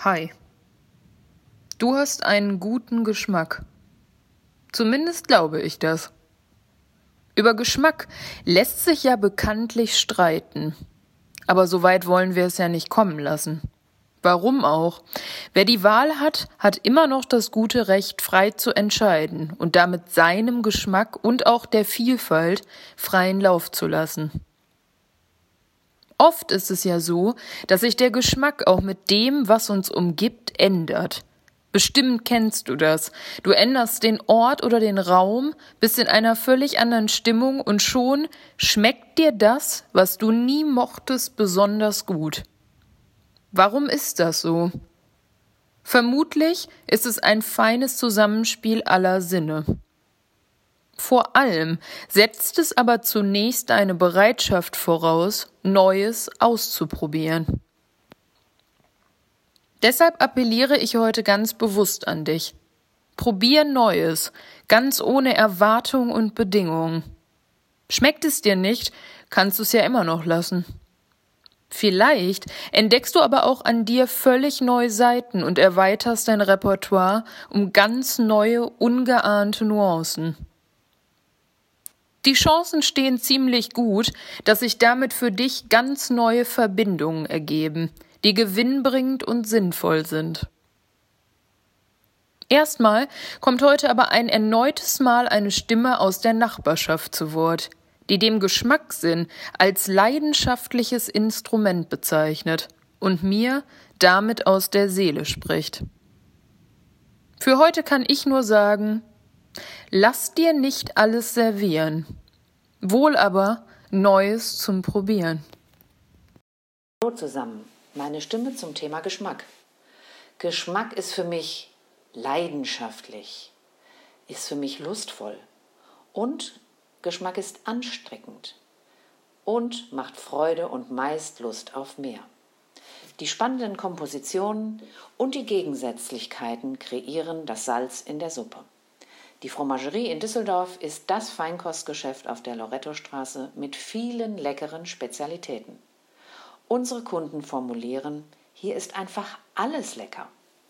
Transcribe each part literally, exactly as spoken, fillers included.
Hi. Du hast einen guten Geschmack. Zumindest glaube ich das. Über Geschmack lässt sich ja bekanntlich streiten. Aber so weit wollen wir es ja nicht kommen lassen. Warum auch? Wer die Wahl hat, hat immer noch das gute Recht, frei zu entscheiden und damit seinem Geschmack und auch der Vielfalt freien Lauf zu lassen. Oft ist es ja so, dass sich der Geschmack auch mit dem, was uns umgibt, ändert. Bestimmt kennst du das. Du änderst den Ort oder den Raum, bist in einer völlig anderen Stimmung und schon schmeckt dir das, was du nie mochtest, besonders gut. Warum ist das so? Vermutlich ist es ein feines Zusammenspiel aller Sinne. Vor allem setzt es aber zunächst eine Bereitschaft voraus, Neues auszuprobieren. Deshalb appelliere ich heute ganz bewusst an dich. Probier Neues, ganz ohne Erwartung und Bedingungen. Schmeckt es dir nicht, kannst du es ja immer noch lassen. Vielleicht entdeckst du aber auch an dir völlig neue Seiten und erweiterst dein Repertoire um ganz neue, ungeahnte Nuancen. Die Chancen stehen ziemlich gut, dass sich damit für dich ganz neue Verbindungen ergeben, die gewinnbringend und sinnvoll sind. Erstmal kommt heute aber ein erneutes Mal eine Stimme aus der Nachbarschaft zu Wort, die dem Geschmackssinn als leidenschaftliches Instrument bezeichnet und mir damit aus der Seele spricht. Für heute kann ich nur sagen, lass dir nicht alles servieren, wohl aber Neues zum Probieren. Hallo zusammen, meine Stimme zum Thema Geschmack. Geschmack ist für mich leidenschaftlich, ist für mich lustvoll und Geschmack ist ansteckend und macht Freude und meist Lust auf mehr. Die spannenden Kompositionen und die Gegensätzlichkeiten kreieren das Salz in der Suppe. Die Fromagerie in Düsseldorf ist das Feinkostgeschäft auf der Lorettostraße mit vielen leckeren Spezialitäten. Unsere Kunden formulieren, hier ist einfach alles lecker.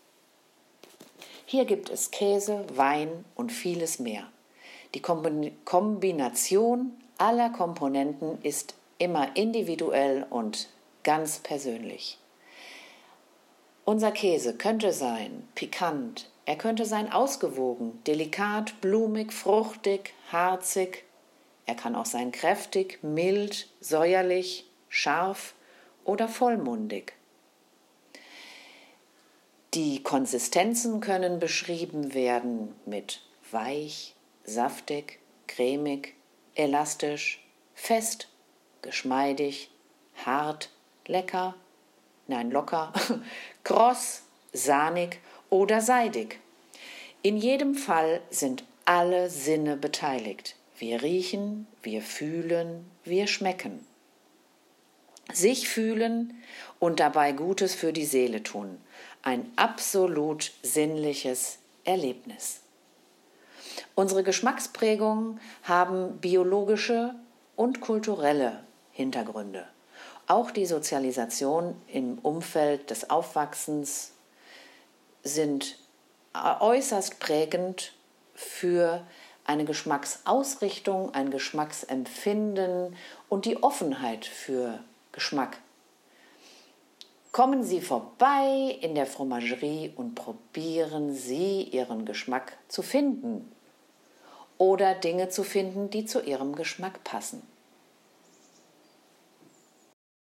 Hier gibt es Käse, Wein und vieles mehr. Die Kombination aller Komponenten ist immer individuell und ganz persönlich. Unser Käse könnte sein pikant, er könnte sein ausgewogen, delikat, blumig, fruchtig, harzig. Er kann auch sein kräftig, mild, säuerlich, scharf oder vollmundig. Die Konsistenzen können beschrieben werden mit weich, saftig, cremig, elastisch, fest, geschmeidig, hart, lecker, nein locker, kross, sahnig oder seidig. In jedem Fall sind alle Sinne beteiligt. Wir riechen, wir fühlen, wir schmecken. Sich fühlen und dabei Gutes für die Seele tun. Ein absolut sinnliches Erlebnis. Unsere Geschmacksprägungen haben biologische und kulturelle Hintergründe. Auch die Sozialisation im Umfeld des Aufwachsens sind äußerst prägend für eine Geschmacksausrichtung, ein Geschmacksempfinden und die Offenheit für Geschmack. Kommen Sie vorbei in der Fromagerie und probieren Sie, Ihren Geschmack zu finden oder Dinge zu finden, die zu Ihrem Geschmack passen.